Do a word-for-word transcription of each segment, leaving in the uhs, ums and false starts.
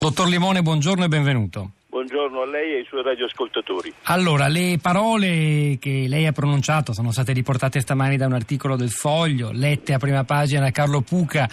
Dottor Limone, buongiorno e benvenuto. Buongiorno a lei e ai suoi radioascoltatori. Allora, le parole che lei ha pronunciato sono state riportate stamani da un articolo del Foglio, lette a prima pagina da Carlo Puca,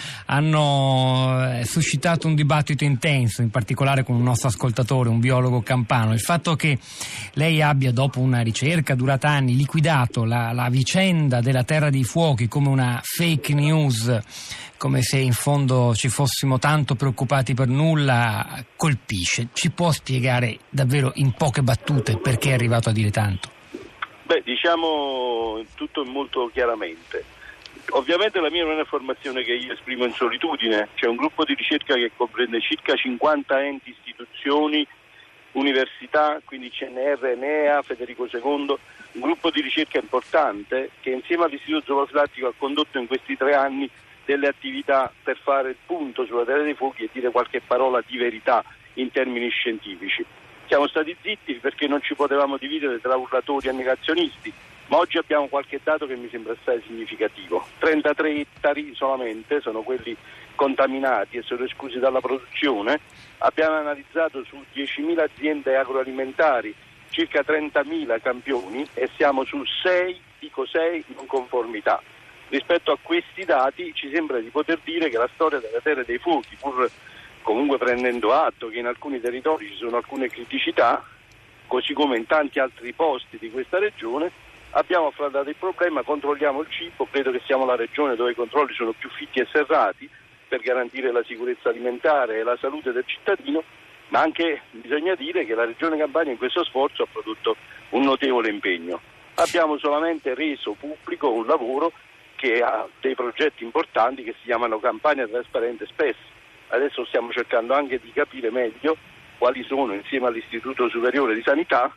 hanno suscitato un dibattito intenso, in particolare con un nostro ascoltatore, un biologo campano. Il fatto che lei abbia, dopo una ricerca durata anni, liquidato la, la vicenda della Terra dei Fuochi come una fake news, come se in fondo ci fossimo tanto preoccupati per nulla, colpisce. Ci può spiegare davvero in poche battute perché è arrivato a dire tanto? Beh, diciamo tutto molto chiaramente. Ovviamente la mia non è una formazione che io esprimo in solitudine, c'è un gruppo di ricerca che comprende circa cinquanta enti, istituzioni, università, quindi C N R, Enea, Federico secondo, un gruppo di ricerca importante che insieme all'Istituto Zooprofilattico ha condotto in questi tre anni delle attività per fare il punto sulla Terra dei Fuochi e dire qualche parola di verità in termini scientifici. Siamo stati zitti perché non ci potevamo dividere tra urlatori e negazionisti, ma oggi abbiamo qualche dato che mi sembra assai significativo. trentatré ettari solamente sono quelli contaminati e sono esclusi dalla produzione. Abbiamo analizzato su diecimila aziende agroalimentari circa trentamila campioni e siamo su sei, dico sei, non conformità. Rispetto a questi dati ci sembra di poter dire che la storia della Terra dei Fuochi, pur comunque prendendo atto che in alcuni territori ci sono alcune criticità, così come in tanti altri posti di questa regione, abbiamo affrontato il problema, controlliamo il cibo, credo che siamo la regione dove i controlli sono più fitti e serrati per garantire la sicurezza alimentare e la salute del cittadino, ma anche bisogna dire che la regione Campania in questo sforzo ha prodotto un notevole impegno. Abbiamo solamente reso pubblico un lavoro che ha dei progetti importanti che si chiamano Campania Trasparente S P E S. Adesso stiamo cercando anche di capire meglio quali sono, insieme all'Istituto Superiore di Sanità,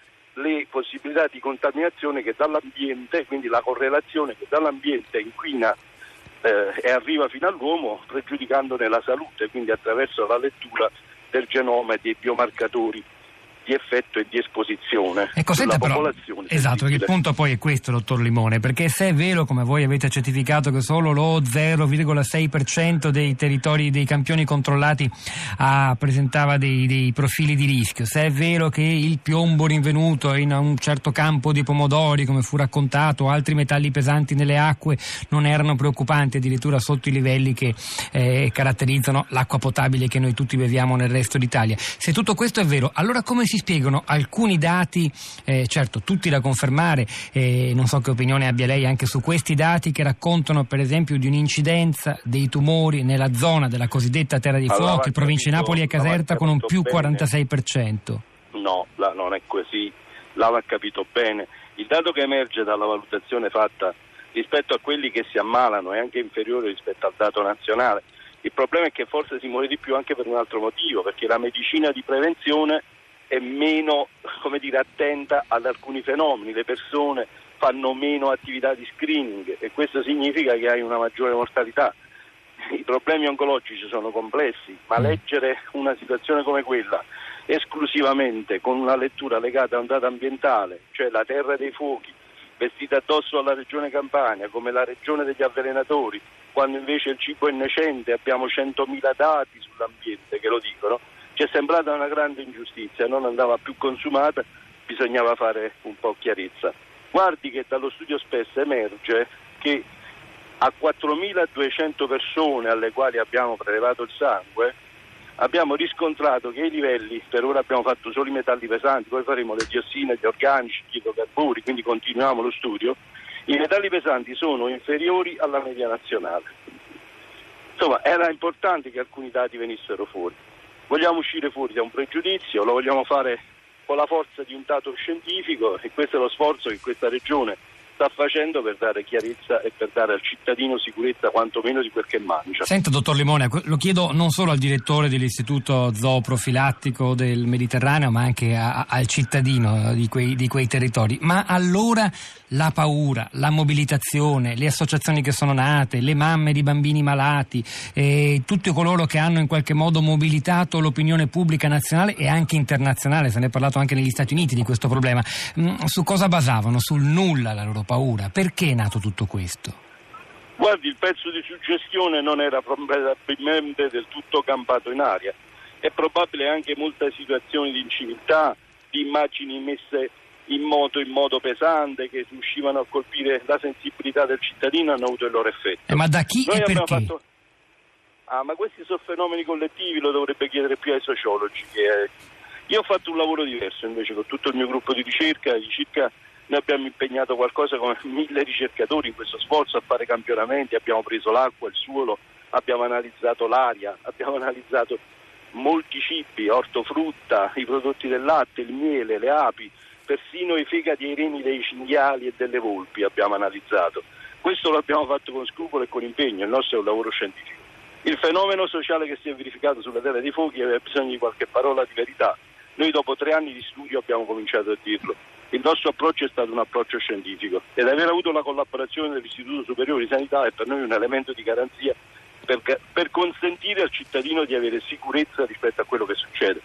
le possibilità di contaminazione che dall'ambiente, quindi la correlazione che dall'ambiente inquina eh, e arriva fino all'uomo, pregiudicandone la salute, quindi attraverso la lettura del genoma e dei biomarcatori di effetto e di esposizione ecco, sulla senta, popolazione. Però, esatto, perché il punto poi è questo, dottor Limone, perché se è vero, come voi avete certificato, che solo lo zero virgola sei per cento dei territori, dei campioni controllati ah, presentava dei, dei profili di rischio, se è vero che il piombo rinvenuto in un certo campo di pomodori, come fu raccontato, altri metalli pesanti nelle acque non erano preoccupanti, addirittura sotto i livelli che eh, caratterizzano l'acqua potabile che noi tutti beviamo nel resto d'Italia, se tutto questo è vero, allora come si spiegano alcuni dati, eh, certo tutti da confermare, eh, non so che opinione abbia lei anche su questi dati che raccontano per esempio di un'incidenza dei tumori nella zona della cosiddetta Terra dei allora, Fuochi, provincia di Napoli e Caserta, con un più bene. quarantasei per cento. No, la, non è così, l'aveva capito bene. Il dato che emerge dalla valutazione fatta rispetto a quelli che si ammalano è anche inferiore rispetto al dato nazionale. Il problema è che forse si muore di più anche per un altro motivo, perché la medicina di prevenzione è meno, come dire, attenta ad alcuni fenomeni, le persone fanno meno attività di screening e questo significa che hai una maggiore mortalità. I problemi oncologici sono complessi, ma leggere una situazione come quella esclusivamente con una lettura legata a un dato ambientale, cioè la Terra dei Fuochi, vestita addosso alla regione Campania come la regione degli avvelenatori, quando invece il cibo è innocente, abbiamo centomila dati sull'ambiente che lo dicono, ci è sembrata una grande ingiustizia, non andava più consumata, bisognava fare un po' chiarezza. Guardi che dallo studio S P E S emerge che a quattromiladuecento persone alle quali abbiamo prelevato il sangue abbiamo riscontrato che i livelli, per ora abbiamo fatto solo i metalli pesanti, poi faremo le diossine, gli organici, gli idrocarburi, quindi continuiamo lo studio, i metalli pesanti sono inferiori alla media nazionale. Insomma, era importante che alcuni dati venissero fuori. Vogliamo uscire fuori da un pregiudizio, lo vogliamo fare con la forza di un dato scientifico e questo è lo sforzo che questa regione sta facendo per dare chiarezza e per dare al cittadino sicurezza quantomeno di quel che mangia. Senta, dottor Limone, lo chiedo non solo al direttore dell'Istituto Zooprofilattico del Mediterraneo, ma anche a, al cittadino di quei, di quei territori. Ma allora la paura, la mobilitazione, le associazioni che sono nate, le mamme di bambini malati, eh, tutti coloro che hanno in qualche modo mobilitato l'opinione pubblica nazionale e anche internazionale, se ne è parlato anche negli Stati Uniti di questo problema, mh, su cosa basavano? Sul nulla la loro paura. Perché è nato tutto questo? Guardi, il pezzo di suggestione non era probabilmente del tutto campato in aria. È probabile anche molte situazioni di inciviltà, di immagini messe in moto in modo pesante che riuscivano a colpire la sensibilità del cittadino, hanno avuto il loro effetto. Eh, ma da chi Noi e abbiamo perché? fatto... Ah, ma questi sono fenomeni collettivi, lo dovrebbe chiedere più ai sociologi. Che... Io ho fatto un lavoro diverso invece con tutto il mio gruppo di ricerca, di circa... Noi abbiamo impegnato qualcosa come mille ricercatori in questo sforzo a fare campionamenti, abbiamo preso l'acqua, il suolo, abbiamo analizzato l'aria, abbiamo analizzato molti cibi, ortofrutta, i prodotti del latte, il miele, le api, persino i fegati e i reni dei cinghiali e delle volpi abbiamo analizzato. Questo lo abbiamo fatto con scrupolo e con impegno, il nostro è un lavoro scientifico. Il fenomeno sociale che si è verificato sulla Terra dei Fuochi aveva bisogno di qualche parola di verità. Noi dopo tre anni di studio abbiamo cominciato a dirlo. Il nostro approccio è stato un approccio scientifico ed aver avuto la collaborazione dell'Istituto Superiore di Sanità è per noi un elemento di garanzia per, per consentire al cittadino di avere sicurezza rispetto a quello che succede.